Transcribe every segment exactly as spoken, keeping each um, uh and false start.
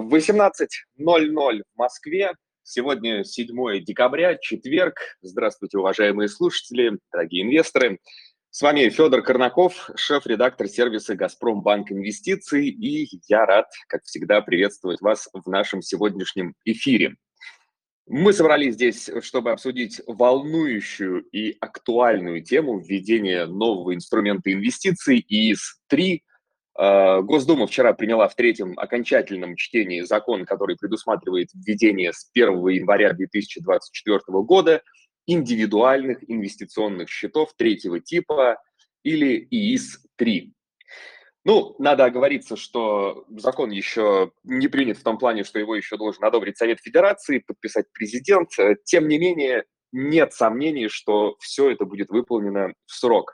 восемнадцать ноль ноль в Москве. Сегодня седьмое декабря, четверг. Здравствуйте, уважаемые слушатели, дорогие инвесторы. С вами Федор Корнаков, шеф-редактор сервиса «Газпромбанк Инвестиций», и я рад, как всегда, приветствовать вас в нашем сегодняшнем эфире. Мы собрались здесь, чтобы обсудить волнующую и актуальную тему введения нового инструмента инвестиций ИИС три. Госдума вчера приняла в третьем окончательном чтении закон, который предусматривает введение с первого января две тысячи двадцать четвёртого года индивидуальных инвестиционных счетов третьего типа или ИИС три. Ну, надо оговориться, что закон еще не принят в том плане, что его еще должен одобрить Совет Федерации, подписать президент. Тем не менее, нет сомнений, что все это будет выполнено в срок.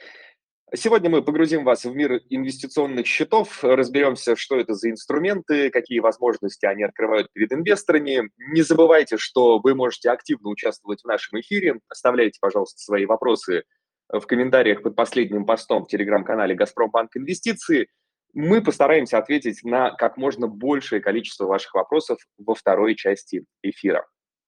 Сегодня мы погрузим вас в мир инвестиционных счетов, разберемся, что это за инструменты, какие возможности они открывают перед инвесторами. Не забывайте, что вы можете активно участвовать в нашем эфире. Оставляйте, пожалуйста, свои вопросы в комментариях под последним постом в телеграм-канале «Газпромбанк Инвестиции». Мы постараемся ответить на как можно большее количество ваших вопросов во второй части эфира.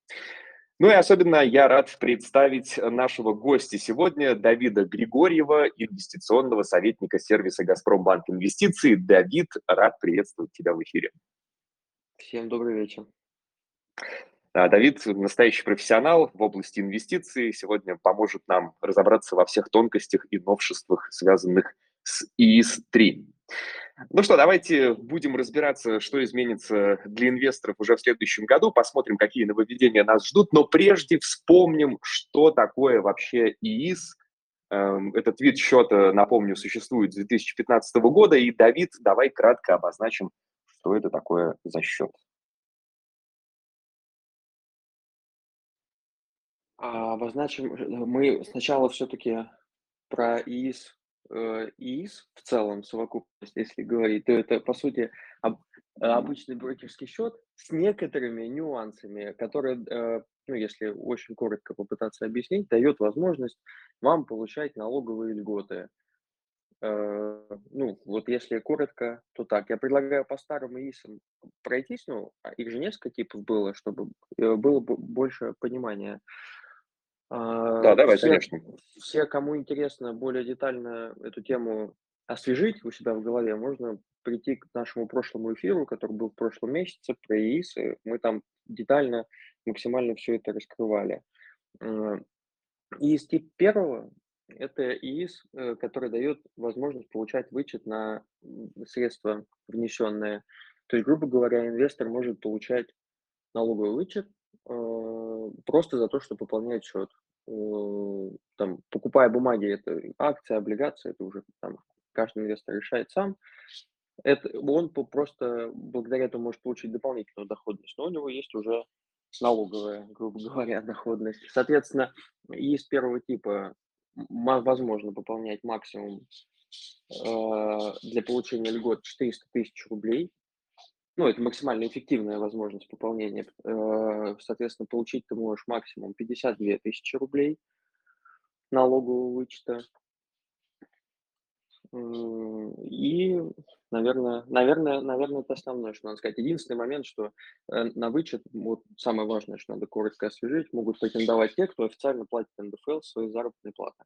Ну и особенно я рад представить нашего гостя сегодня, Давида Григорьева, инвестиционного советника сервиса «Газпромбанк Инвестиции». Давид, рад приветствовать тебя в эфире. Всем добрый вечер. Давид – настоящий профессионал в области инвестиций. Сегодня поможет нам разобраться во всех тонкостях и новшествах, связанных с ИИС три. Ну что, давайте будем разбираться, что изменится для инвесторов уже в следующем году, посмотрим, какие нововведения нас ждут, но прежде вспомним, что такое вообще ИИС. Этот вид счета, напомню, существует с две тысячи пятнадцатого года, и, Давид, давай кратко обозначим, что это такое за счет. А, Обозначим, э, мы сначала все-таки про ИИС, э, ИИС в целом, совокупность, если говорить, то это, по сути, об- э, обычный брокерский счет с некоторыми нюансами, которые, э, ну, если очень коротко попытаться объяснить, дает возможность вам получать налоговые льготы. Э, Ну, вот если коротко, то так. Я предлагаю по старым ИИСам пройтись, ну, а их же несколько типов было, чтобы э, было бы больше понимания. Да, А, давай, все конечно. все, кому интересно более детально эту тему освежить у себя в голове, можно прийти к нашему прошлому эфиру, который был в прошлом месяце, про ИИСы. Мы там детально, максимально все это раскрывали. М, ИИС тип первого — это ИИС, э, который дает возможность получать вычет на, м, средства внесенные. То есть, грубо говоря, инвестор может получать налоговый вычет, э, просто за то, что пополняет счет. Э, там, покупая бумаги, это акции, облигации, это уже там каждый инвестор решает сам. Это он по просто благодаря этому может получить дополнительную доходность, но у него есть уже налоговая, грубо говоря, доходность. Соответственно, из первого типа м возможно пополнять максимум, э, для получения льгот четыреста тысяч рублей. Ну, это максимально эффективная возможность пополнения. Э, соответственно, получить ты можешь максимум пятьдесят две тысячи рублей налогового вычета. М, и, наверное, наверное, наверное, это основное, что надо сказать. Единственный момент, что, э, на вычет, вот самое важное, что надо коротко освежить, могут претендовать те, кто официально платит эн дэ эф эл свои заработные платы.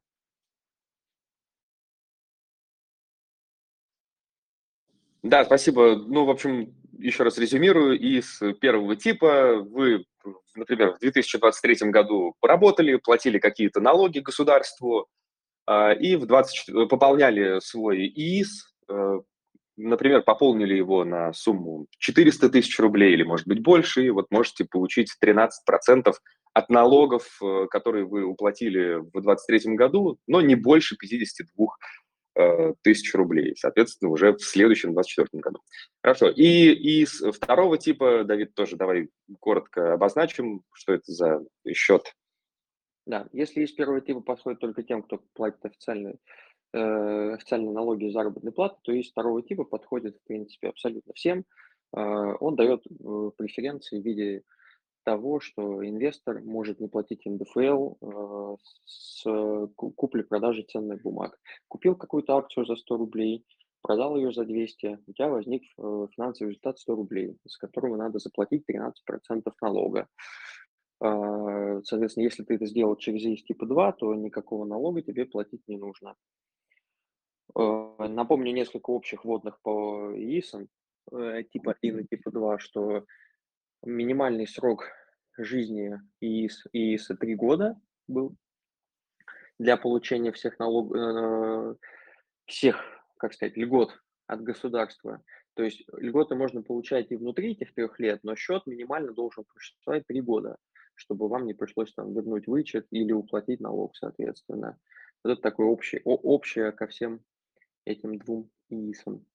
Да, спасибо. Ну, в общем, еще раз резюмирую. Из первого типа вы, например, в две тысячи двадцать третьем году поработали, платили какие-то налоги государству, а, и в двадцать пополняли свой ИИС, э, например, пополнили его на сумму четыреста тысяч рублей или, может быть, больше, и вот можете получить тринадцать процентов от налогов, э, которые вы уплатили в двадцать третьем году, но не больше пятьдесят два э, тысяч рублей, соответственно, уже в следующем двадцать четвёртом году. Хорошо. И из второго типа, Давид, тоже давай коротко обозначим, что это за счет. Да, если из первого типа подходит только тем, кто платит официальные, э, официальные налоги и заработные платы, то из второго типа подходит, в принципе, абсолютно всем. А, он дает, э, преференции в виде того, что инвестор может не платить эн дэ эф эл, э, с ку купли-продажи ценных бумаг. Купил какую-то акцию за сто рублей, продал ее за двести, у тебя возник э, финансовый результат сто рублей, с которого надо заплатить тринадцать процентов налога. А, Соответственно, если ты это сделал через ИИС типа два, то никакого налога тебе платить не нужно. Э, Напомню несколько общих вводных по ИИСам э, типа один и типа два, что минимальный срок жизни ИИС, ИИСа три года был для получения всех налог, э, всех, как сказать, льгот от государства. То есть льготы можно получать и внутри этих трех лет, но счет минимально должен просуществовать три года, чтобы вам не пришлось там вернуть вычет или уплатить налог, соответственно. Вот это такое общее, о- общее ко всем этим двум ИИСам.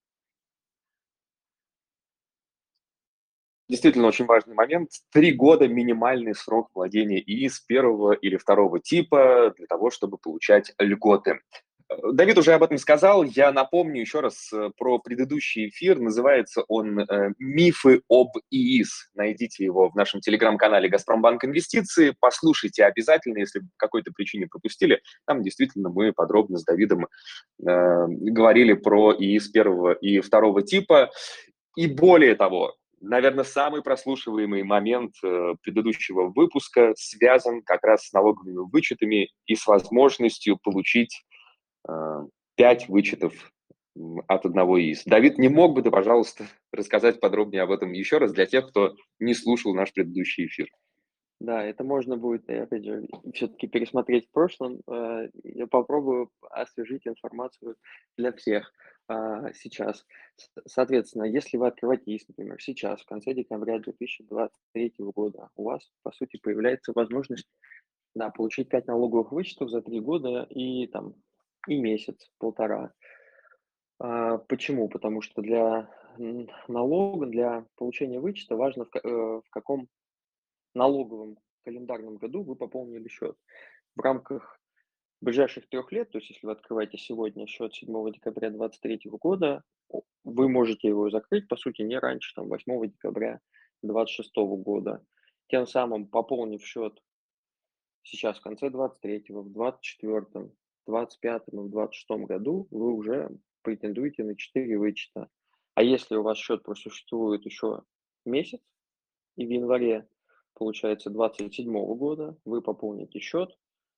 Действительно очень важный момент. Три года минимальный срок владения ИИС первого или второго типа для того, чтобы получать льготы. Э, Давид уже об этом сказал. Я напомню еще раз э, про предыдущий эфир. Называется он э, «Мифы об ИИС». Найдите его в нашем телеграм-канале «Газпромбанк Инвестиции». Послушайте обязательно, если по какой-то причине пропустили. Там действительно мы подробно с Давидом э, говорили про ИИС первого и второго типа. И более того, наверное, самый прослушиваемый момент э, предыдущего выпуска связан как раз с налоговыми вычетами и с возможностью получить э, пять вычетов м, от одного ИИС. Давид, не мог бы ты, пожалуйста, рассказать подробнее об этом еще раз для тех, кто не слушал наш предыдущий эфир? Да, это можно будет, э, опять же, все-таки пересмотреть в прошлом. Э, Я попробую освежить информацию для всех а, сейчас. С- Соответственно, если вы открываете ИИС, например, сейчас, в конце декабря две тысячи двадцать третьего года, у вас, по сути, появляется возможность, да, получить пять налоговых вычетов за три года и там и месяц, полтора. А, Почему? Потому что для м, налога, для получения вычета важно, в, ка- э, в каком налоговом календарном году вы пополнили счет. В рамках ближайших трех лет, то есть если вы открываете сегодня счет седьмого декабря двадцать третьего года, о вы можете его закрыть, по сути, не раньше там восьмого декабря двадцать шестого года. Тем самым, пополнив счет сейчас в конце двадцать третьего, в двадцать четвёртом, двадцать пятом и в двадцать шестом году, вы уже претендуете на четыре вычета. А если у вас счет просуществует еще месяц, и в январе, получается, двадцать седьмого года вы пополните счет,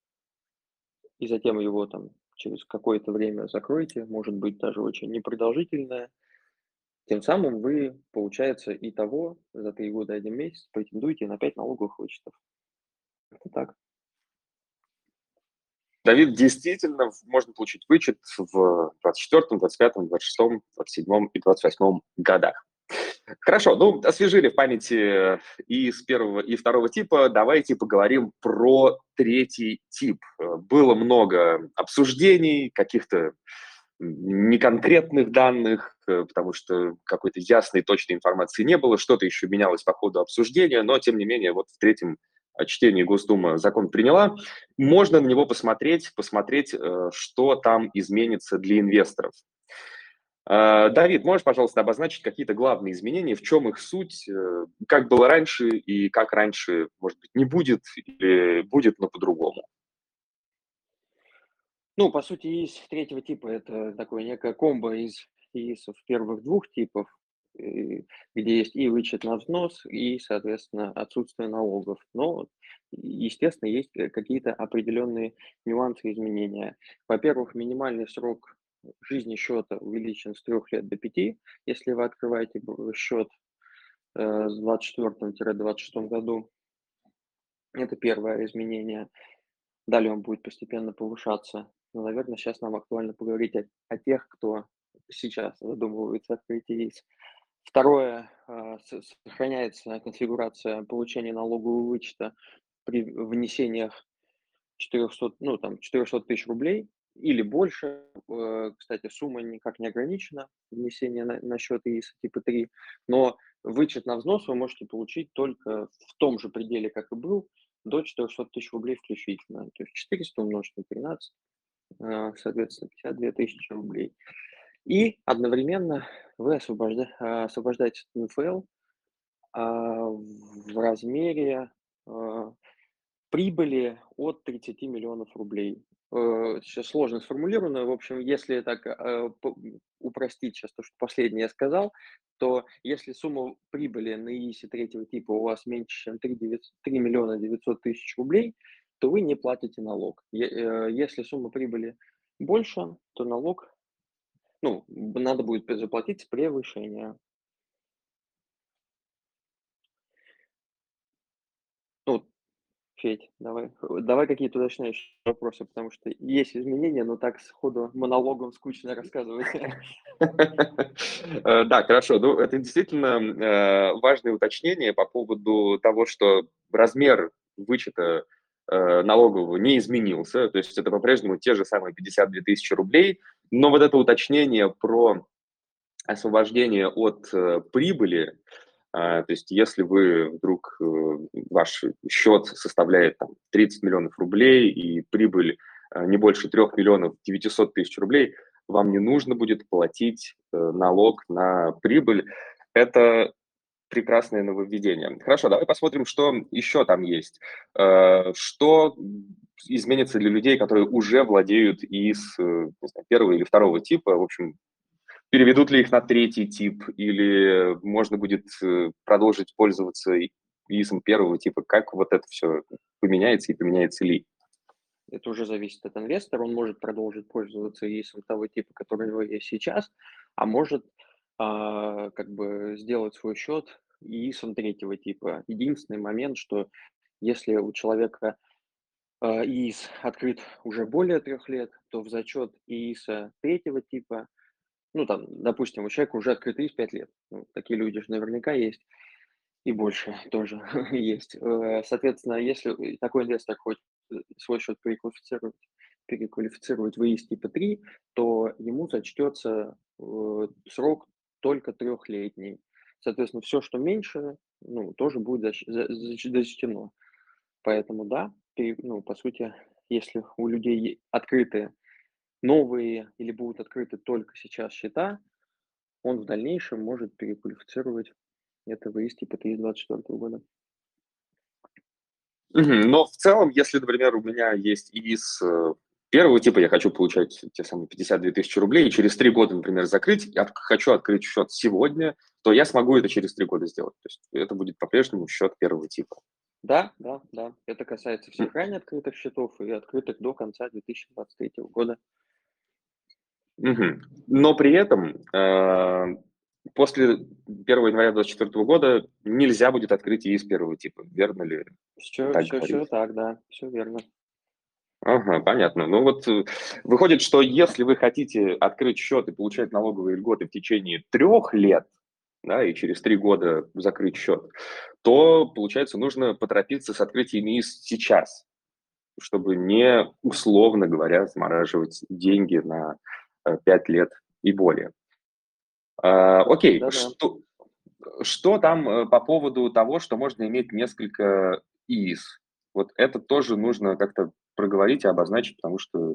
и затем его там через какое-то время закроете, может быть, даже очень непродолжительное. Тем самым вы, получается, и того за три года и один месяц претендуете на пять налоговых вычетов. Это так. Давид, действительно, в- можно получить вычет в двадцать четвёртом, двадцать пятом, двадцать шестом, двадцать седьмом и двадцать восьмом годах. Хорошо, ну, освежили в памяти и с первого, и второго типа. Давайте поговорим про третий тип. Э, Было много обсуждений, каких-то неконкретных данных, э, потому что какой-то ясной, точной информации не было. Что-то еще менялось по ходу обсуждения, но, тем не менее, вот в третьем э, чтении Госдума закон приняла. Можно на него посмотреть, посмотреть, э, что там изменится для инвесторов. А, Давид, можешь, пожалуйста, обозначить какие-то главные изменения, в чем их суть, э, как было раньше и как раньше, может быть, не будет или будет, но по-другому? Ну, по сути, ИИС третьего типа — это такое некое комбо из ИИСов первых двух типов, э, где есть и вычет на взнос, и, соответственно, отсутствие налогов. Но, естественно, есть э, какие-то определенные нюансы и изменения. Во-первых, минимальный срок жизни счета увеличен с трех лет до пяти, если вы открываете б- счет э, с двадцать четвёртом двадцать шестом году. Это первое изменение. Далее он будет постепенно повышаться. Но, наверное, сейчас нам актуально поговорить о, о тех, кто сейчас задумывается открыть ИИС. Второе, а, с- сохраняется конфигурация получения налогового вычета при внесениях четырехсот, ну, там, четырехсот тысяч рублей или больше. Э, Кстати, сумма никак не ограничена, внесение на, на счет ИИСа типа три, но вычет на взнос вы можете получить только в том же пределе, как и был, до четырехсот тысяч рублей включительно. То есть четыреста умножить на тринадцать, э, соответственно, пятьдесят две тысячи рублей. И одновременно вы освобожда- а, освобождаете от эн эф эл а, в размере а, прибыли от тридцати миллионов рублей. э, сейчас сложно сформулировано. В общем, если так, э, п упростить сейчас то, что последнее я сказал, то если сумма прибыли на ИИСе третьего типа у вас меньше, чем три девятьсот три миллиона девятьсот тысяч рублей, то вы не платите налог. Е э, если сумма прибыли больше, то налог, ну, б надо будет п заплатить с превышения. Ну, Федь, давай, э, давай какие-то уточняющие вопросы, потому что есть изменения, но так сходу монологом скучно рассказывать. Э, Да, хорошо. Ну, это действительно э, важное уточнение по поводу того, что размер вычета э, налогового не изменился, то есть это по-прежнему те же самые пятьдесят две тысячи рублей, но вот это уточнение про освобождение от э, прибыли, а, то есть если вы вдруг, э, ваш счет составляет там тридцать миллионов рублей и прибыль э, не больше трех миллионов девятисот тысяч рублей, вам не нужно будет платить э, налог на прибыль. Это прекрасное нововведение. Хорошо, давай посмотрим, что еще там есть. Э, Что изменится для людей, которые уже владеют ИИС э, не знаю, первого или второго типа. В общем, переведут ли их на третий тип или можно будет, э, продолжить пользоваться и ИИСом первого типа? Как вот это все поменяется и поменяется ли? Это уже зависит от инвестора. Он может продолжить пользоваться ИИСом того типа, который у него есть сейчас, а может, а, как бы сделать свой счет ИИСом третьего типа. Единственный момент, что если у человека, а, ИИС открыт уже более трех лет, то в зачет ИИСа третьего типа, ну, там, допустим, у человека уже открыт ИИС пять лет. Ну, такие люди же наверняка есть. И больше тоже есть. Э, соответственно, если и такой инвестор хочет, э, свой счет переквалифицировать переквалифицировать в ИИС типа три, то ему зачтется, э, срок только трехлетний. Соответственно, все, что меньше, ну, тоже будет защ за зач зачтено. Поэтому да, пере ну, по сути, если у людей е открыты новые или будут открыты только сейчас счета, он в дальнейшем может переквалифицировать это в ИИС типа три двадцать четвёртого года. Мгм. Но в целом, если, например, у меня есть ИИС э, первого типа, я хочу получать те самые пятьдесят две тысячи рублей, и через три года, например, закрыть, я хочу открыть счет сегодня, то я смогу это через три года сделать. То есть это будет по-прежнему счет первого типа. Да, да, да. Это касается М, всех ранее открытых счетов и открытых до конца две тысячи двадцать третьего года. мгм. Но при этом э, после первого января двадцать четвёртого года нельзя будет открыть ИИС первого типа. Верно ли Все, так все, говорить? все так, да, все верно. Ага, понятно. Ну вот э, выходит, что если вы хотите открыть счет и получать налоговые льготы в течение трех лет, да, и через три года закрыть счет, то, получается, нужно поторопиться с открытием ИИС сейчас, чтобы не, условно говоря, замораживать деньги на э, пять лет и более. А, окей, Да-да. что, что там э, по поводу того, что можно иметь несколько ИИС? Вот это тоже нужно как-то проговорить и обозначить, потому что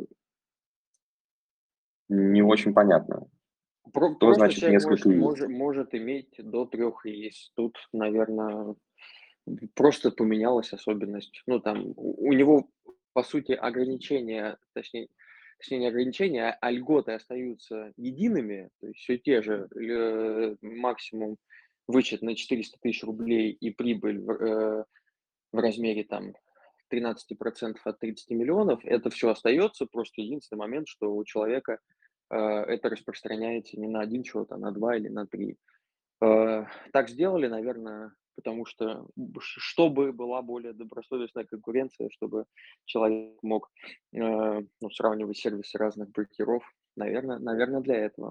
не очень понятно. Про Что просто значит человек несколько может ИИС? може может иметь до трех ИИС. Тут, наверное, просто поменялась особенность. Ну, там у у него, по сути, ограничения, точнее точнее, не ограничения, а льготы остаются едиными. То есть все те же, э, максимум вычет на четыреста тысяч рублей и прибыль в, э, в размере там тринадцати процентов от тридцати миллионов. Это все остается. Просто единственный момент, что у человека, э, это распространяется не на один счет, а на два или на три. Э, так сделали, наверное, потому что, б ш чтобы была более добросовестная конкуренция, чтобы человек мог, э, ну, сравнивать сервисы разных брокеров. Наверное, наверное, для этого.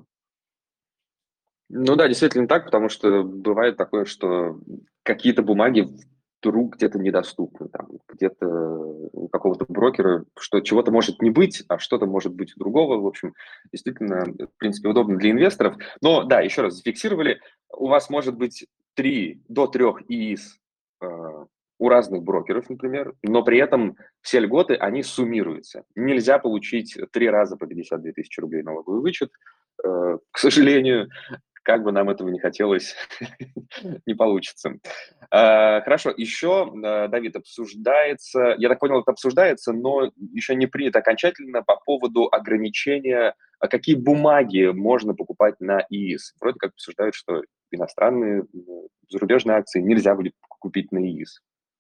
Ну да, действительно так, потому что бывает такое, что какие-то бумаги вдруг где-то недоступны, там, где-то у какого-то брокера, что чего-то может не быть, а что-то может быть у другого. В общем, действительно, в принципе, удобно для инвесторов. Но да, еще раз зафиксировали, у вас может быть три до трех ИИС э, у разных брокеров, например, но при этом все льготы, они суммируются. Нельзя получить три раза по пятьдесят две тысячи рублей налоговый вычет, э, к сожалению. как бы нам этого не хотелось, не получится. А, Хорошо, еще, э, Давид, обсуждается, я так понял, это обсуждается, но еще не принято окончательно по поводу ограничения, а какие бумаги можно покупать на ИИС. Вроде как обсуждают, что иностранные, м, зарубежные акции нельзя будет купить на ИИС.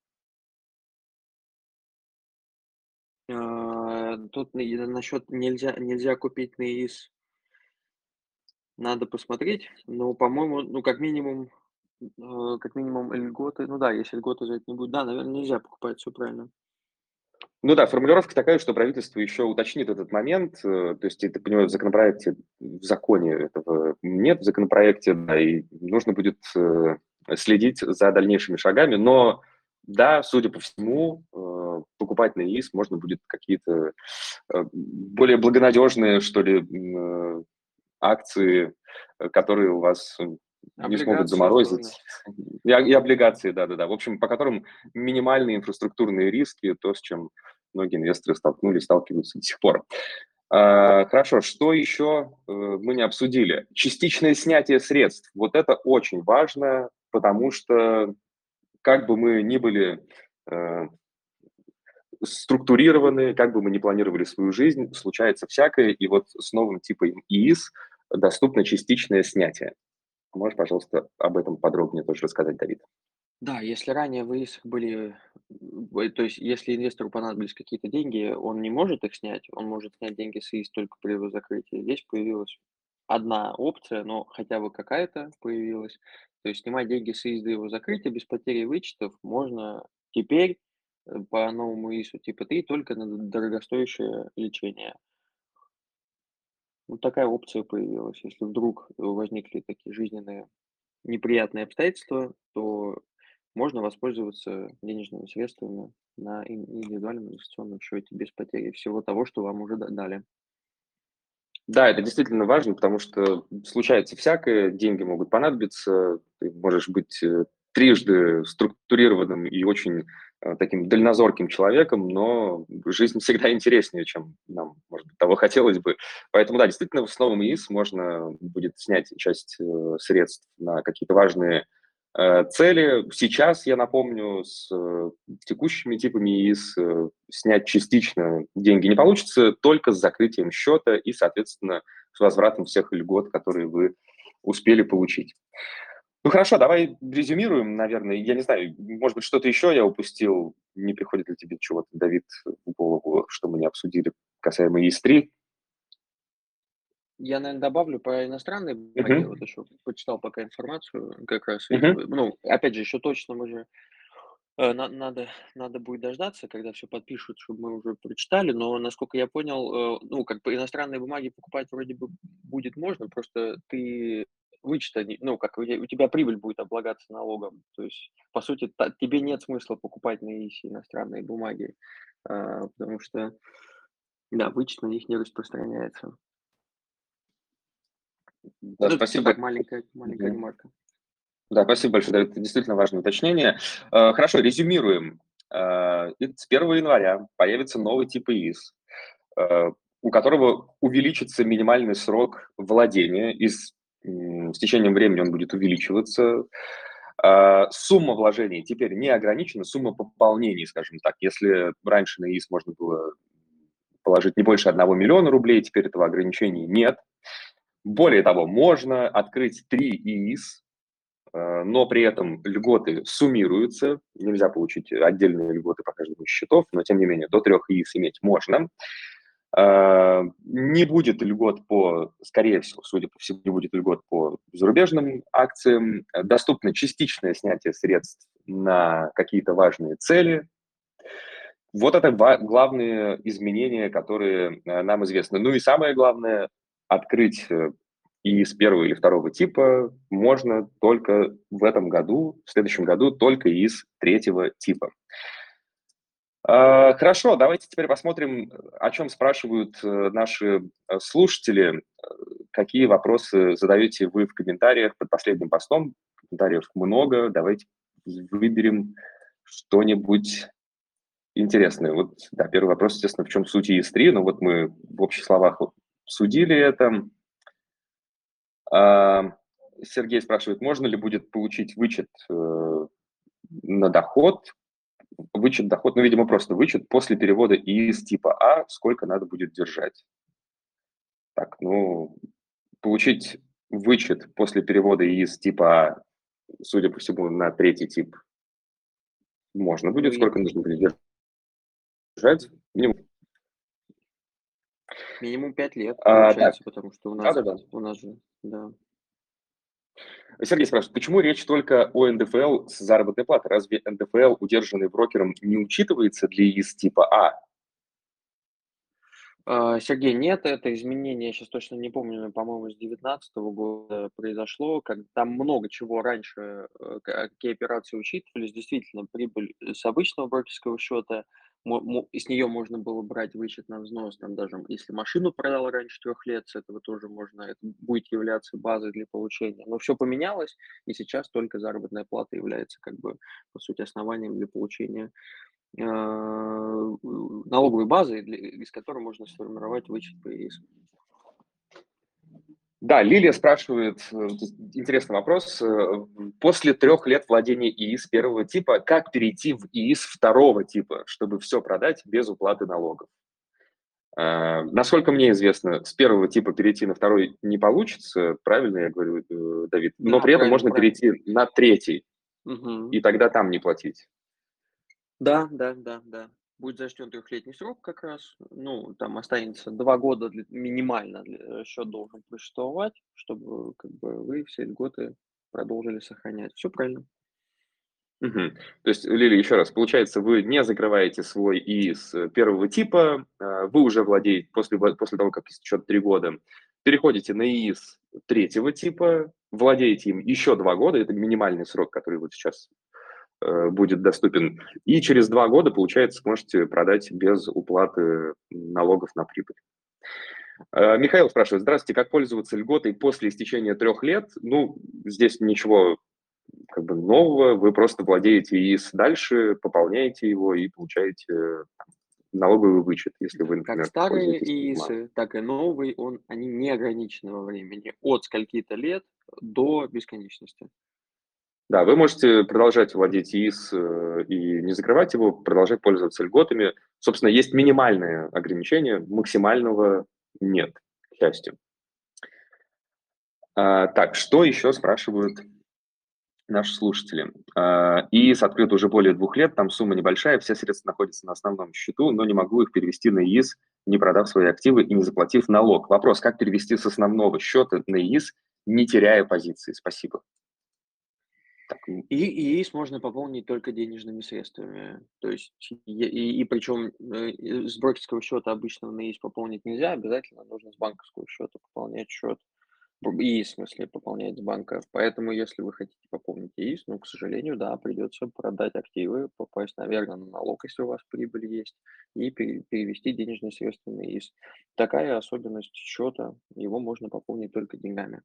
А, Тут насчет нельзя, нельзя купить на ИИС, надо посмотреть, но, по-моему, ну, как минимум, э, как минимум льготы, ну да, если льготы за это не будет, да, наверное, нельзя покупать, все правильно. Ну да, формулировка такая, что правительство еще уточнит этот момент. э, То есть, я так понимаю, в законопроекте, в законе этого нет, в законопроекте, да, и нужно будет э, следить за дальнейшими шагами. Но да, судя по всему, э, покупать на ИИС можно будет какие-то э, более благонадежные, что ли, м, э, акции, э, которые у вас э, не смогут Облигации тоже. заморозить. И, и облигации, да-да-да. В общем, по которым минимальные инфраструктурные риски, то, с чем многие инвесторы столкнулись, сталкиваются до сих пор. А, хорошо, что еще э, мы не обсудили? Частичное снятие средств. Вот это очень важно, потому что как бы мы ни были э, структурированы, как бы мы ни планировали свою жизнь, случается всякое, и вот с новым типом ИИС доступно частичное снятие. Можешь, пожалуйста, об этом подробнее тоже рассказать, Давид? Да, если ранее в ИИСах были, м, то есть если инвестору понадобились какие-то деньги, он не может их снять, он может снять деньги с ИИС только при его закрытии. Здесь появилась одна опция, но хотя бы какая-то появилась. То есть снимать деньги с ИИС до его закрытия без потери вычетов можно теперь э, по новому ИИСу типа три только на дорогостоящее лечение. Вот такая опция появилась. Если вдруг возникли такие жизненные неприятные обстоятельства, то можно воспользоваться денежными средствами на ин- индивидуальном инвестиционном счете без потери всего того, что вам уже да- дали. Да, это действительно важно, потому что случается всякое, деньги могут понадобиться, ты можешь быть э, трижды структурированным и очень э, таким дальнозорким человеком, но жизнь всегда интереснее, чем нам, может быть, того хотелось бы. Поэтому, да, действительно, с новым ИИС можно будет снять часть э, средств на какие-то важные э, цели. Сейчас, я напомню, с э, текущими типами ИИС э, снять частично деньги не получится, только с закрытием счета и, соответственно, с возвратом всех льгот, которые вы успели получить. Ну хорошо, давай резюмируем, наверное. Я не знаю, может быть, что-то еще я упустил. Не приходит ли тебе чего-то, Давид, в голову, что мы не обсудили касаемо ИИС три? Я, наверное, добавлю про иностранные бумаги. Мгм. Вот еще почитал пока информацию, как раз, и, Мгм. ну, опять же, еще точно мы же Э, на надо надо будет дождаться, когда все подпишут, чтобы мы уже прочитали. Но, насколько я понял, э, ну, как бы иностранные бумаги покупать вроде бы будет можно, просто ты вычета не ну, как у те у тебя прибыль будет облагаться налогом. То есть, по сути, та тебе нет смысла покупать на ИИСе иностранные бумаги, а, потому что, да, вычет на них не распространяется. Да, Ну, это спасибо. так, маленькая маленькая Мгм. ремарка. Да, спасибо большое, Давид. Это действительно важное уточнение. Э, Хорошо, резюмируем. Э, и С первого января появится новый тип ИИС, э, у которого увеличится минимальный срок владения, и с, м, с течением времени он будет увеличиваться. А, Сумма вложений теперь не ограничена, сумма пополнений, скажем так. Если раньше на ИИС можно было положить не больше одного миллиона рублей, теперь этого ограничения нет. Более того, можно открыть три ИИС, э, но при этом льготы суммируются. Нельзя получить отдельные льготы по каждому из счетов, но тем не менее до трех ИИС иметь можно. Э, Не будет льгот по, скорее всего, судя по всему, не будет льгот по зарубежным акциям. Э, Доступно частичное снятие средств на какие-то важные цели. Вот это ва- главные изменения, которые э, нам известны. Ну и самое главное, открыть э, и с первого или второго типа можно только в этом году, в следующем году только из третьего типа. А, Хорошо, давайте теперь посмотрим, о чем спрашивают э, наши э, слушатели. Э, Какие вопросы задаете вы в комментариях под последним постом? Комментариев много. Давайте выберем что-нибудь интересное. Вот, да, первый вопрос, естественно, в чем суть и эс три, но вот мы в общих словах вот обсудили это. А, Сергей спрашивает, можно ли будет получить вычет э, на доход, вычет доход, ну, видимо, просто вычет после перевода из типа А, сколько надо будет держать. Так, ну, получить вычет после перевода из типа А, судя по всему, на третий тип можно Ну, будет, я сколько нужно будет держать? Минимум. минимум пять лет, А, так, получается, потому что у нас да-да-да. у нас же, да. Сергей спрашивает, почему речь только о эн дэ эф эл с заработной платой? Разве эн дэ эф эл, удержанный брокером, не учитывается для из типа А? А, Сергей, нет, это изменение, я сейчас точно не помню, но, по-моему, с девятнадцатого года произошло, как там много чего раньше, э, ка- какие операции учитывались. Действительно, прибыль э, с обычного брокерского счета, мо- мо- и с нее можно было брать вычет на взнос, там даже если машину продал раньше трех лет, с этого тоже можно, это будет являться базой для получения. Но все поменялось, и сейчас только заработная плата является, как бы, по сути, основанием для получения э, налоговой базы, для- из которой можно сформировать вычет по ЕИС. Да, Лилия спрашивает, э, интересный вопрос. э, После трех лет владения ИИС первого типа, как перейти в ИИС второго типа, чтобы все продать без уплаты налогов? Э, Насколько мне известно, с первого типа перейти на второй не получится, правильно я говорю, э, Давид? Но Да, при этом правильно, можно правильно. перейти на третий, Мгм. и тогда там не платить. Да, да, да, да. Будет зачтен трехлетний срок как раз. Ну, там останется два года для- минимально для- счет должен существовать, чтобы как бы вы все льготы продолжили сохранять. Все правильно. Мгм. То есть, Лилия, еще раз, получается, вы не закрываете свой ИИС э, первого типа, э, вы уже владеете, после, вла- после того, как истечет три года, переходите на ИИС третьего типа, владеете им еще два года, это минимальный срок, который вот сейчас э, будет доступен, и через два года, получается, сможете продать без уплаты налогов на прибыль. Э, Михаил спрашивает, здравствуйте, как пользоваться льготой после истечения трех лет? Ну, здесь ничего как бы нового, вы просто владеете ИИС дальше, пополняете его и получаете э, налоговый вычет, если вы, Как например, старые пользуетесь Тинькофф. ИИСы, так и новый, он, они не ограничены во времени. От скольки-то лет до бесконечности. Да, вы можете продолжать владеть ИИС э, и не закрывать его, продолжать пользоваться льготами. Собственно, есть минимальные ограничения, максимального нет, к счастью. А, так, что еще спрашивают наши слушатели? А, ИИС открыт уже более двух лет, там сумма небольшая, все средства находятся на основном счету, но не могу их перевести на ИИС, не продав свои активы и не заплатив налог. Вопрос, как перевести с основного счета на ИИС, не теряя позиции? Спасибо. Так, м, И ИИС можно пополнить только денежными средствами. То есть, и, и, и причем э, и с брокерского счета обычного на ИИС пополнить нельзя, обязательно нужно с банковского счета пополнять счет. Б- ИИС, в смысле, пополнять с банка. Поэтому, если вы хотите пополнить ИИС, ну, к сожалению, да, придется продать активы, попасть, наверное, на налог, если у вас прибыль есть, и пере- перевести денежные средства на ИИС. Такая особенность счета, его можно пополнить только деньгами.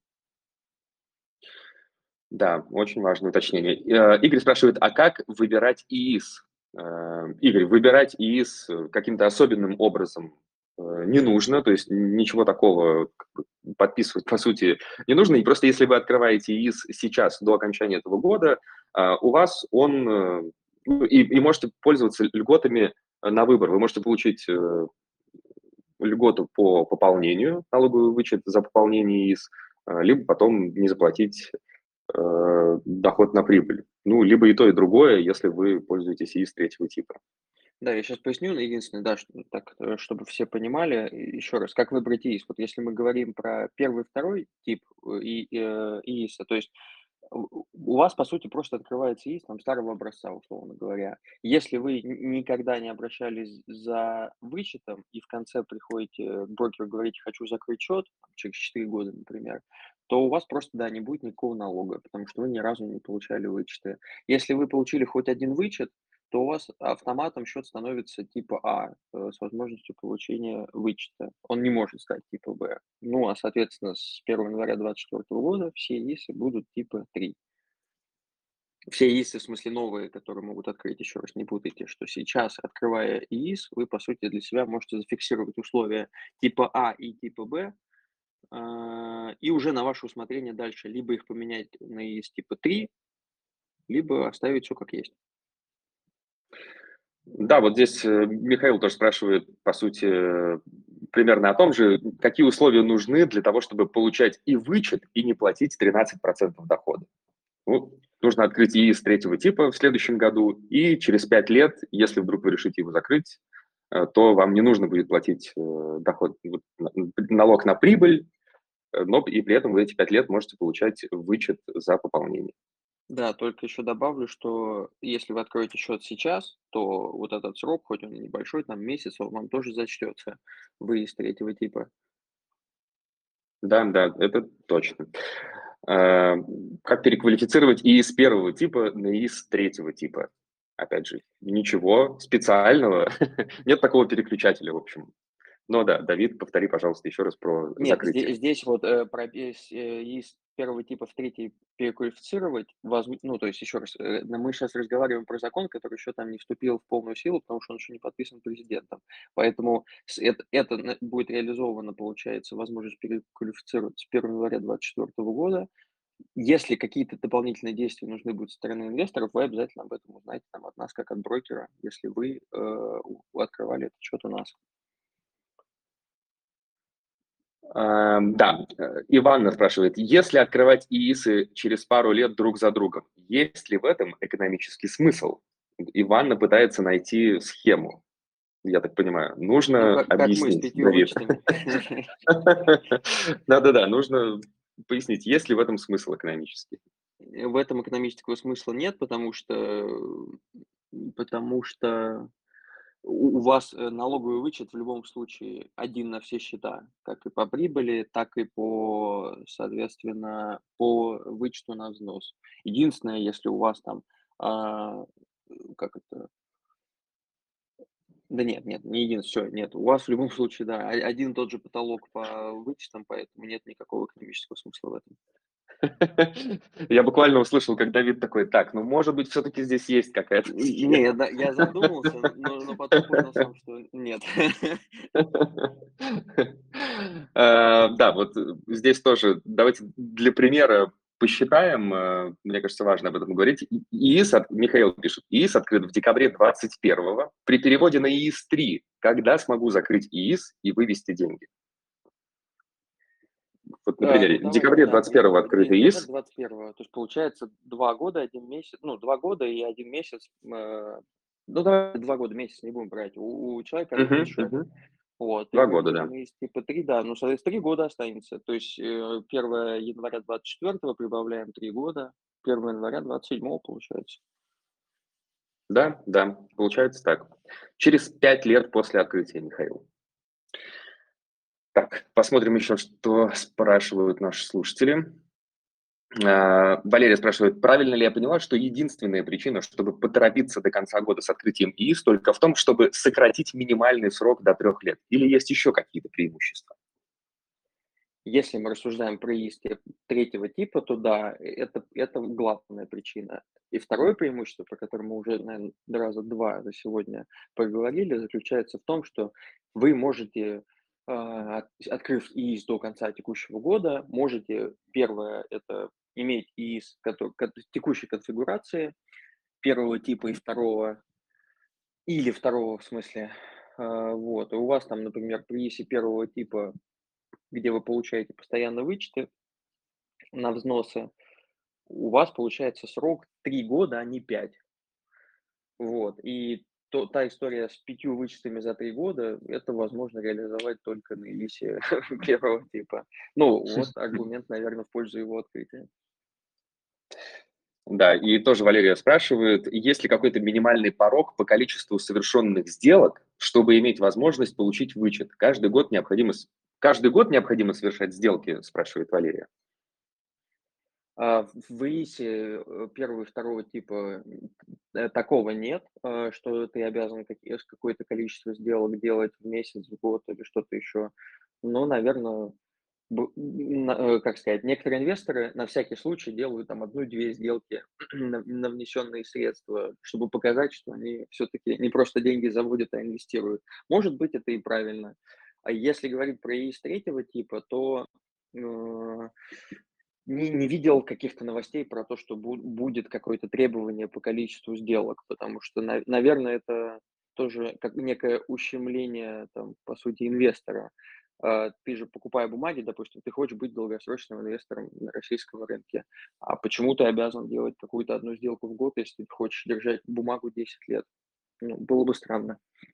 да, очень важное уточнение. Э, Игорь спрашивает, а как выбирать ИИС? Э, Игорь, выбирать ИИС э, каким-то особенным образом э, не нужно, то есть ничего такого как бы, подписывать, по сути, не нужно. И просто если вы открываете ИИС сейчас, до окончания этого года, э, у вас он, э, ну, и, и можете пользоваться льготами на выбор. Вы можете получить э, льготу по пополнению, налоговый вычет за пополнение ИИС, э, либо потом не заплатить э, доход на прибыль. Ну, либо и то, и другое, если вы пользуетесь ИИС третьего типа. Да, я сейчас поясню. Единственное, да, что, так, э, чтобы все понимали, и еще раз, как выбрать ИИС. Вот если мы говорим про первый, второй тип э, и, э, ИИСа, то есть у у вас, по сути, просто открывается ИИС там старого образца, условно говоря. Если вы н никогда не обращались за вычетом и в конце приходите к брокеру, говорите: "Хочу закрыть счет", там, через четыре года, например, то у вас просто, да, не будет никакого налога, потому что вы ни разу не получали вычеты. Если вы получили хоть один вычет, то у вас автоматом счет становится типа А, э, с возможностью получения вычета. Он не может стать типа Б. Ну, а, соответственно, с первого января двадцать четвёртого года все ИИСы будут типа три. Все ИИСы, в смысле новые, которые могут открыть, еще раз не путайте, что сейчас, открывая ИИС, вы, по сути, для себя можете зафиксировать условия типа А и типа Б, а, и уже на ваше усмотрение дальше либо их поменять на и эс типа три, либо оставить все как есть. Да, вот здесь э, Михаил тоже спрашивает, по сути, э, примерно о том же, какие условия нужны для того, чтобы получать и вычет, и не платить тринадцать процентов дохода. Ну, нужно открыть ИИС третьего типа в следующем году, и через пять лет, если вдруг вы решите его закрыть, э, то вам не нужно будет платить э, доход, вот, на- налог на прибыль, э, но и при этом вы эти пять лет можете получать вычет за пополнение. Да, только еще добавлю, что если вы откроете счет сейчас, то вот этот срок, хоть он и небольшой, там месяц, он вам тоже зачтется выезд третьего типа. Да, да, это точно. А, Как переквалифицировать ИИС первого типа на ИИС третьего типа? Опять же, ничего специального, нет такого переключателя, в общем. Но да, Давид, повтори, пожалуйста, еще раз про Нет, закрытие. здесь, здесь вот э, про, э, с- э, из первого типа в третий переквалифицировать, возм- ну, то есть, еще раз, э, на- мы сейчас разговариваем про закон, который еще там не вступил в полную силу, потому что он еще не подписан президентом. Поэтому с- это, это на- будет реализовано, получается, возможность переквалифицировать с первого января две тысячи двадцать четвёртого года. Если какие-то дополнительные действия нужны будут со стороны инвесторов, вы обязательно об этом узнаете там, от нас, как от брокера, если вы э, у- открывали этот счет у нас. А, Да, э, Иванна спрашивает, если открывать ИИСы через пару лет друг за другом, есть ли в этом экономический смысл? Иванна пытается найти схему, я так понимаю. Ну, Нужно как, как мы с объяснить, пятью Давид. вычетами. Да-да-да, нужно пояснить, есть ли в этом смысл экономический. Э, в этом экономического смысла нет, потому что, м, потому что у у вас, э, налоговый вычет в любом случае один на все счета, как и по прибыли, так и по, соответственно, по вычету на взнос. Единственное, если у вас там, а, э, как это, да нет, нет, не единственное, всё, нет, у вас в любом случае, да, о один и тот же потолок по вычетам, поэтому нет никакого экономического смысла в этом. Я буквально услышал, как Давид такой: "Так, ну, может быть, все-таки здесь есть какая-то Н не, я схема". да, я задумался, но но потом понял сам, что нет. Э, Да, вот э, здесь тоже давайте для примера посчитаем. э, Мне кажется, важно об этом говорить. И- ИИС, от- Михаил пишет, ИИС открыт в декабре двадцать первого. При переводе на ИИС три, когда смогу закрыть ИИС и вывести деньги? Вот, А, например, ну, в давайте, декабре да, двадцать де первого де открыт декабрь ИИС. двадцать первого. То есть получается два года, один месяц, ну, два года и один месяц, э, ну, давай два года, месяц не будем брать. У у человека открыт Мгм, счет. мгм. Вот, и Два года, да. переводим из типа три, да, ну, соответственно, три года останется. То есть, э, первого января двадцать четвёртого прибавляем три года, первого января двадцать седьмого получается. Да, да, получается так. Через пять лет после открытия, Михаил. Так, посмотрим еще, что спрашивают наши слушатели. А, Валерия спрашивает, правильно ли я поняла, что единственная причина, чтобы поторопиться до конца года с открытием ИИС, только в том, чтобы сократить минимальный срок до трех лет? Или есть еще какие-то преимущества? Если мы рассуждаем про иски третьего типа, то да, э, это это главная причина. И второе преимущество, про которое мы уже, наверно, раза два за сегодня поговорили, заключается в том, что вы можете, а, от открыв ИИС до конца текущего года, можете, первое- это иметь ИИС кото кот текущей конфигурации первого типа и второго или второго в смысле. А, вот. И у вас там, например, при ИИСе первого типа, где вы получаете постоянно вычеты на взносы, у вас получается срок три года, а не пять. Вот. И то та история с пятью вычетами за три года, это возможно реализовать только на ИИСе первого типа. Ну, вот аргумент, наверное, в пользу его открытия. Да, и тоже Валерия спрашивает, есть ли какой-то минимальный порог по количеству совершенных сделок, чтобы иметь возможность получить вычет? Каждый год необходимо, с- каждый год необходимо совершать сделки, спрашивает Валерия. А в в ИИСе, э, первого и второго типа, м, э, такого нет, э, что ты обязан каки с какое-то количество сделок делать в месяц, в год или что-то еще. Но, наверно, б на э, как сказать, некоторые инвесторы на всякий случай делают там одну-две сделки на на внесенные средства, чтобы показать, что они все-таки не просто деньги заводят, а инвестируют. Может быть, это и правильно. А если говорить про ИИС третьего типа, то э, не не видел каких-то новостей про то, что бу будет какое-то требование по количеству сделок, потому что, на наверное, это тоже как некое ущемление, там, по сути, инвестора. А, ты же, покупая бумаги, допустим, ты хочешь быть долгосрочным инвестором на российском рынке. А почему ты обязан делать какую-то одну сделку в год, если ты хочешь держать бумагу десять лет? Ну, было бы странно.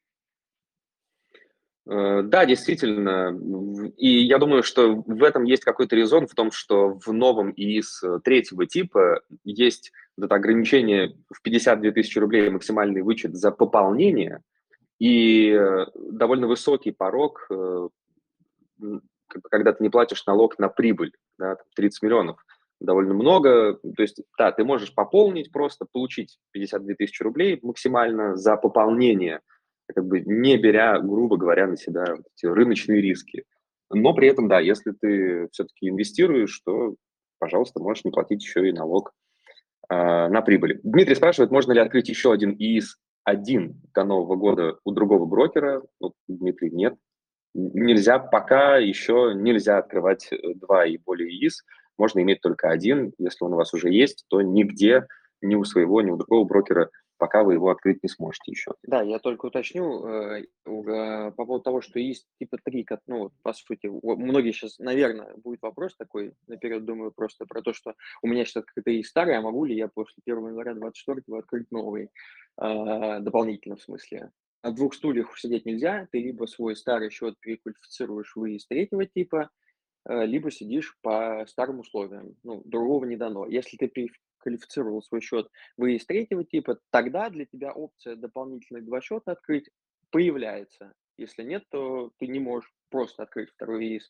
Э, Да, действительно. в- И я думаю, что в этом есть какой-то резон в том, что в новом ИИС э, третьего типа есть вот это ограничение в пятьдесят две тысячи рублей максимальный вычет за пополнение и э, довольно высокий порог, э, м, как бы когда ты не платишь налог на прибыль, да, там тридцать миллионов. Довольно много. То есть, да, ты можешь пополнить просто, получить пятьдесят две тысячи рублей максимально за пополнение, как бы не беря, грубо говоря, на себя вот эти рыночные риски. Но при этом, да, если ты все-таки инвестируешь, то, пожалуйста, можешь не платить еще и налог а, на прибыль. Дмитрий спрашивает, можно ли открыть еще один ИИС один до Нового года у другого брокера. Ну, Дмитрий, нет. Нельзя, пока еще нельзя открывать э, два и более ИИС, можно иметь только один. Если он у вас уже есть, то нигде, ни у своего, ни у другого брокера, пока вы его открыть не сможете еще. Да, я только уточню, э, у, э, по поводу того, что есть типа три, кот ну, вот по сути, у многие сейчас, наверное, будет вопрос такой, наперед думаю просто про то, что у меня сейчас открытый есть старый, а могу ли я после первого января двадцать четвёртого открыть новый, а, дополнительно в смысле. На двух стульях сидеть нельзя, ты либо свой старый счет переквалифицируешь в ИИС третьего типа, э, либо сидишь по старым условиям. Ну, другого не дано. Если ты переквалифицировал свой счет в ИИС третьего типа, тогда для тебя опция дополнительных два счета открыть появляется. Если нет, то ты не можешь просто открыть второй ИИС.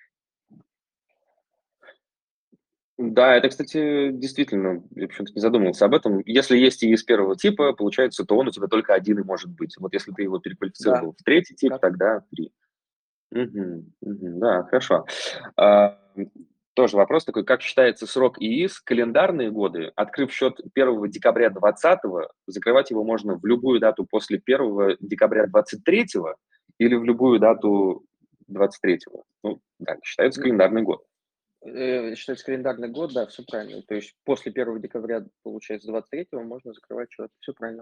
Да, это, кстати, действительно, я почему-то не задумывался об этом. Если есть ИИС первого типа, получается, то он у тебя только один и может быть. Вот если ты его Да, переквалифицировал в третий тип, как тогда три. Мгм, мгм. Да, хорошо. А, тоже вопрос такой, как считается срок ИИС? Календарные годы. Открыв счет первого декабря двадцатого, закрывать его можно в любую дату после первого декабря двадцать третьего или в любую дату двадцать третьего. Ну, да, считается м, календарный год. э, считается календарный год, да, все правильно. То есть после первого декабря, получается, двадцать третьего можно закрывать счет. Все правильно.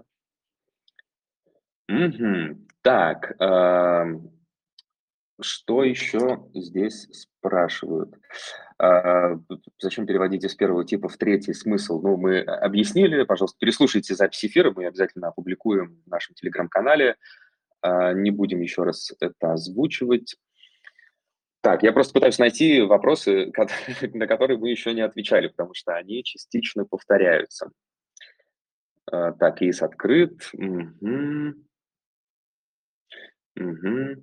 Мгм. Так, ам, что еще здесь спрашивают? А, тут зачем переводить из первого типа в третий смысл? Ну, мы а, объяснили, пожалуйста, переслушайте запись эфира, мы обязательно опубликуем в нашем телеграм-канале. А, не будем еще раз это озвучивать. Так, я просто пытаюсь найти вопросы, кот- на которые мы еще не отвечали, потому что они частично повторяются. А, так, ИИС открыт. Мгм, мгм.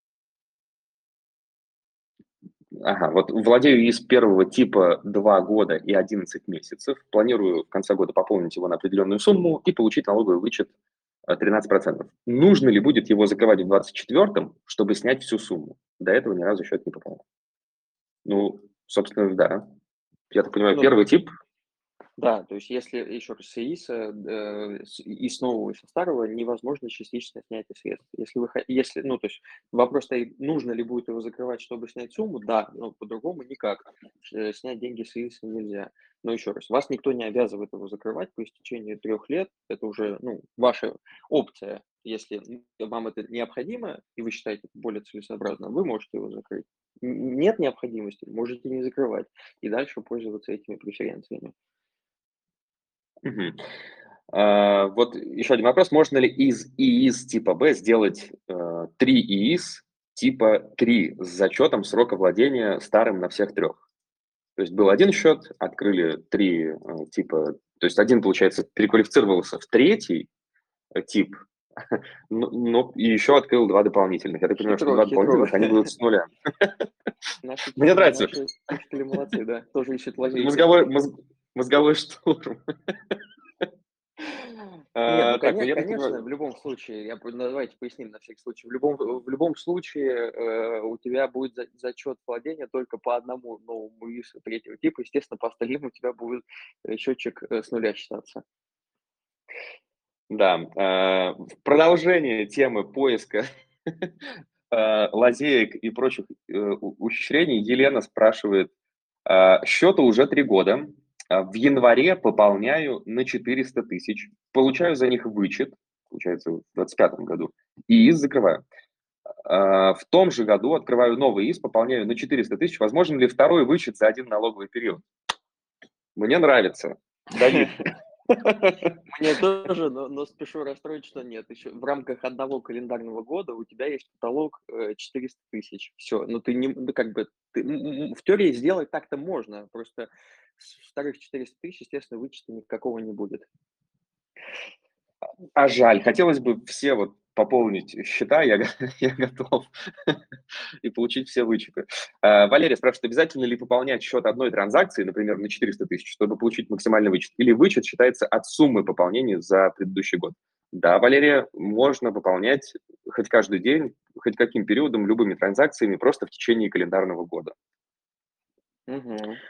Ага, вот владею из первого типа два года и одиннадцать месяцев. Планирую в конце года пополнить его на определенную сумму и получить налоговый вычет э, тринадцать процентов. Нужно ли будет его закрывать в двадцать четвертом, чтобы снять всю сумму? До этого ни разу счет не пополнял. Ну, собственно, да. Я так понимаю, Ну, первый тип. да, то есть если, еще раз, с ИИСа, э, с и с нового, и со старого невозможно частичное снятие средств. Если вы хо если, ну, то есть вопрос стоит, нужно ли будет его закрывать, чтобы снять сумму? Да, но по-другому никак. Э, снять деньги с ИИСа нельзя. Но еще раз, вас никто не обязывает его закрывать по истечении трех лет. Это уже, ну, ваша опция. Если, м, вам это необходимо, и вы считаете это более целесообразно, вы можете его закрыть. Н нет необходимости, можете не закрывать и дальше пользоваться этими преференциями. Мгм. А, вот еще один вопрос. Можно ли из ИИС типа Б сделать э, три ИИС типа три с зачетом срока владения старым на всех трех? То есть был один счет, открыли три э, типа, то есть один, получается, переквалифицировался в третий э, тип, но, но и еще открыл два дополнительных. Я так понимаю, что Хитро, два хитро. дополнительных, они будут с нуля. Наши Мне те нравится наши слушатели молодцы, да, тоже ищут лазейки. мозговой, мозг- мозговой штурм. Не, ну А, так, ну коне я так конечно, понимаю, в любом случае, я п ну, давайте поясним на всякий случай. В любом в любом случае, э, у тебя будет за зачет владения только по одному новому ИИСу третьего типа. Естественно, по остальным у тебя будет, э, счетчик, э, с нуля считаться. да, а, в продолжение темы поиска э, лазеек и прочих э, у- ухищрений Елена спрашивает, э, счета уже три года, а в январе пополняю на четыреста тысяч, получаю за них вычет, получается, в двадцать пятом году, и ИИС закрываю. А, В том же году открываю новый ИИС, пополняю на четыреста тысяч. Возможен ли второй вычет за один налоговый период? Мне нравится. Давид. Мне тоже, но, но спешу расстроить, что нет. Еще в рамках одного календарного года у тебя есть потолок э, четыреста тысяч. Все, ну ты не, ну как бы, ты, м, м, в теории сделать так-то можно, просто с вторых четыреста тысяч, естественно, вычета никакого не будет. А жаль, хотелось бы все вот пополнить счета, я, го- я готов и получить все вычеты. А, Валерия спрашивает, обязательно ли пополнять счет одной транзакции, например, на четыреста тысяч, чтобы получить максимальный вычет? Или вычет считается от суммы пополнения за предыдущий год? Да, Валерия, можно пополнять хоть каждый день, хоть каким периодом, любыми транзакциями, просто в течение календарного года. Мгм.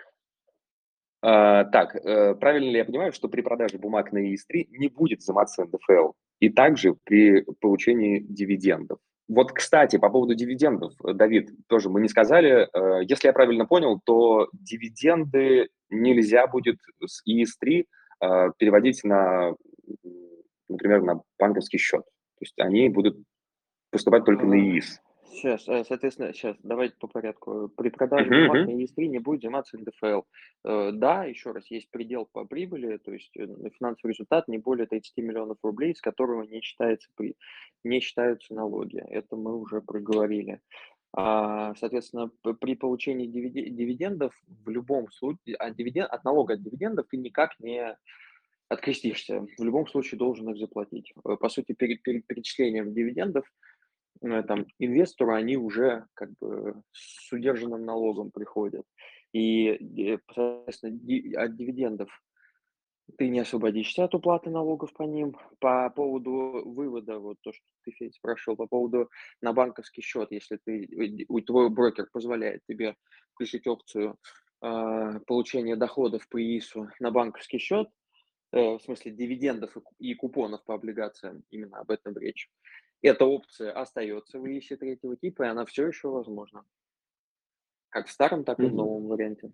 А, так, э, правильно ли я понимаю, что при продаже бумаг на и эс три не будет взиматься эн дэ эф эл? И также при получении дивидендов. Вот, кстати, по поводу дивидендов, э, Давид, тоже мы не сказали. э, Если я правильно понял, то дивиденды нельзя будет с и эс три э, переводить на, м, например, на банковский счет. То есть они будут поступать только на А, и эс. Щас, э, соответственно, сейчас давайте по порядку. При продаже Мгм, бумаг на мгм. и эс три не будет взиматься эн дэ эф эл. Э, да, еще раз, есть предел по прибыли, то есть э, на финансовый результат не более тридцати миллионов рублей, с которого не считается при, не считаются налоги. Это мы уже проговорили. А, соответственно, п- при получении дивиде- дивидендов в любом случае от, дивиден- от налога от дивидендов ты никак не открестишься. В любом случае должен их заплатить. Э, По сути, перед, перед перечислением дивидендов э, там, инвестору они уже как бы с удержанным налогом приходят. И, э, соответственно, ди- от дивидендов ты не освободишься от уплаты налогов по ним. По поводу вывода, вот то, что ты, Федь, спрашивал, по поводу на банковский счет, если ты, э, ди- у- твой брокер позволяет тебе включить опцию а, получения доходов по и и эсу на банковский счет, э, в смысле дивидендов и ку- и купонов по облигациям, именно об этом речь. Эта опция остается в и и эсе третьего типа, и она все еще возможна. Как в старом, так и в Мгм. новом варианте.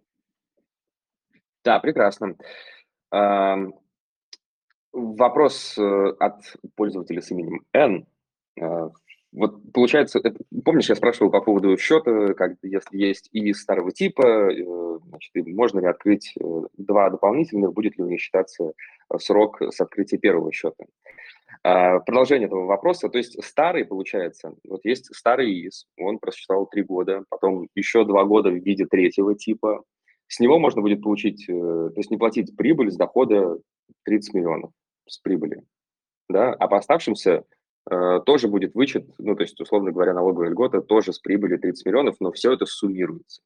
Да, прекрасно. Ам, Вопрос, э, от пользователя с именем Н. Э, вот получается, это помнишь, я спрашивал по поводу счета, как если есть и из старого типа, э, значит, и можно ли открыть, э, два дополнительных, будет ли у них считаться, э, срок с открытия первого счета? А, продолжение этого вопроса, то есть старый, получается, вот есть старый и эс, он просуществовал три года, потом еще два года в виде третьего типа. С него можно будет получить, э, то есть не платить прибыль с дохода тридцать миллионов с прибыли, да, а по оставшимся э, тоже будет вычет, ну, то есть, условно говоря, налоговая льгота тоже с прибыли тридцать миллионов, но все это суммируется.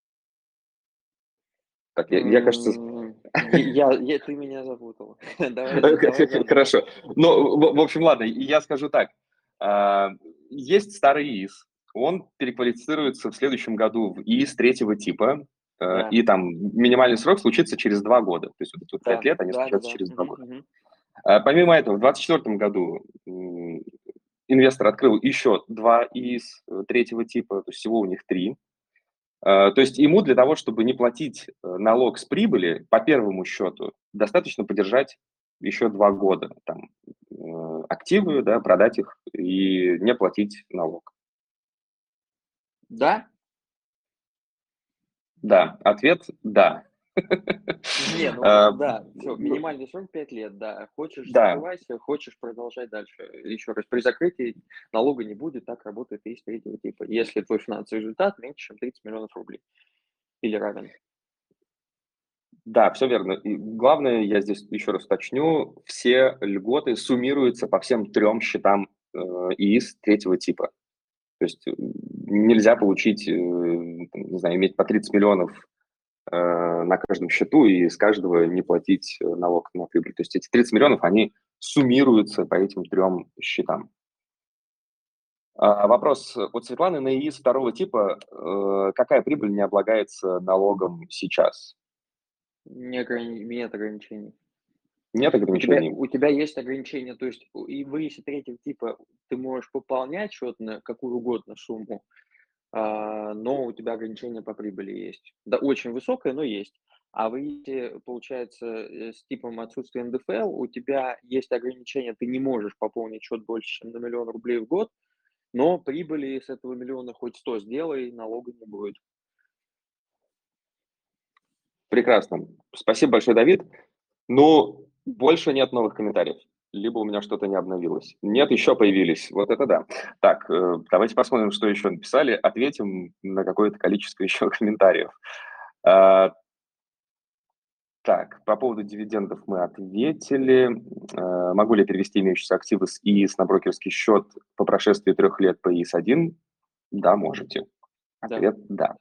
Так, я, я кажется, М, е я я ты меня запутал. Давай з давай заново. хорошо. Ну, в в общем, ладно, я скажу так. А, Есть старый и эс, он переквалифицируется в следующем году в и эс третьего типа, э, Да, и там минимальный срок случится через два года. То есть вот эти вот пять да, лет, они случаются да-да-да. через два Мгм, года. мгм. А, Помимо этого, в двадцать четвертом году м, инвестор открыл еще два и эс э, третьего типа, то есть всего у них три. Э, То есть ему для того, чтобы не платить э, налог с прибыли по первому счету, достаточно подержать еще два года там, э, активы, да, продать их и не платить налог. Да? Да, ответ – да. Не, ну Э, да, все, минимальный срок пять лет, да. Хочешь — Да, закрывайся, хочешь — продолжай дальше. Еще раз, при закрытии налога не будет, так работает и из третьего типа, если твой финансовый результат меньше, чем тридцать миллионов рублей или равен. да, все верно. И главное, я здесь еще раз уточню, все льготы суммируются по всем трем счетам э, и эс третьего типа. То есть э, нельзя получить, э, там, не знаю, иметь по тридцать миллионов э, на каждом счету и с каждого не платить э, налог на прибыль. То есть эти тридцать миллионов, они суммируются по этим трем счетам. А, Вопрос от Светланы. На и эс второго типа э, какая прибыль не облагается налогом сейчас? Не ограни нет ограничений. Нет У тебя ограничений? у тебя есть ограничения, то есть у и выше третьего типа ты можешь пополнять счет на какую угодно сумму, а, но у тебя ограничение по прибыли есть. Да, очень высокое, но есть. А выйти, получается, э, с типом отсутствия эн дэ эф эл, у тебя есть ограничение, ты не можешь пополнить счет больше, чем на миллион рублей в год, но прибыли с этого миллиона хоть сто сделай, налога не будет. Прекрасно. Спасибо большое, Давид. Ну, больше нет новых комментариев. Либо у меня что-то не обновилось. Нет, еще появились. Вот это да. Так, э, давайте посмотрим, что еще написали. Ответим на какое-то количество еще комментариев. А, так, по поводу дивидендов мы ответили. Э, могу ли я перевести имеющиеся активы с и эс на брокерский счет по прошествии трех лет по и эс один? Да, можете. Да. Ответ – да.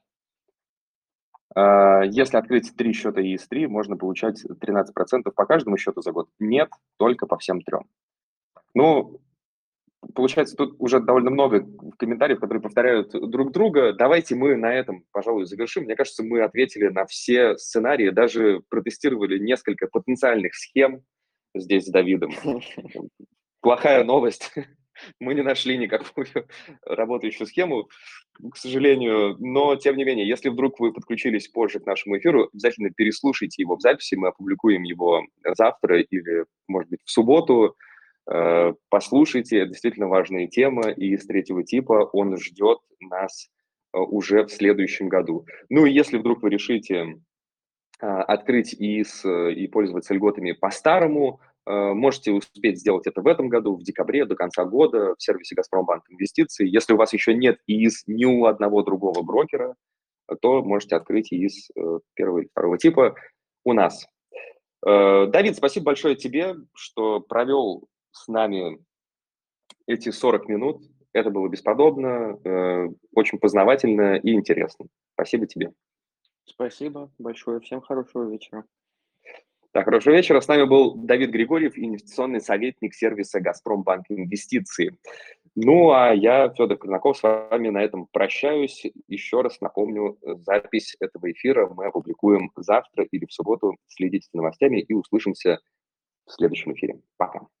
А, если открыть три счета и эс три, можно получать тринадцать процентов по каждому счету за год? Нет, только по всем трем. Ну, получается, тут уже довольно много комментариев, которые повторяют друг друга. Давайте мы на этом, пожалуй, завершим. Мне кажется, мы ответили на все сценарии, даже протестировали несколько потенциальных схем здесь с Давидом. Плохая новость. Мы не нашли никакую работающую схему, к сожалению. Но, тем не менее, если вдруг вы подключились позже к нашему эфиру, обязательно переслушайте его в записи. Мы опубликуем его завтра или, может быть, в субботу. Э, Послушайте, это действительно важная тема, и из третьего типа он ждет нас э, уже в следующем году. Ну и если вдруг вы решите а, открыть и эс э, и пользоваться льготами по-старому, э, можете успеть сделать это в этом году, в декабре, до конца года в сервисе «Газпромбанк Инвестиции». Если у вас еще нет и эс ни у одного другого брокера, э, то можете открыть и эс э, первого или второго типа у нас. Э, Давид, спасибо большое тебе, что провел с нами эти сорок минут. Это было бесподобно, э, очень познавательно и интересно. Спасибо тебе. Спасибо большое. Всем хорошего вечера. Так, хорошего вечера. С нами был Давид Григорьев, инвестиционный советник сервиса «Газпромбанк Инвестиции». Ну, а я, Федор Корнаков, с вами на этом прощаюсь. Еще раз напомню, запись этого эфира мы опубликуем завтра или в субботу. Следите за новостями и услышимся в следующем эфире. Пока.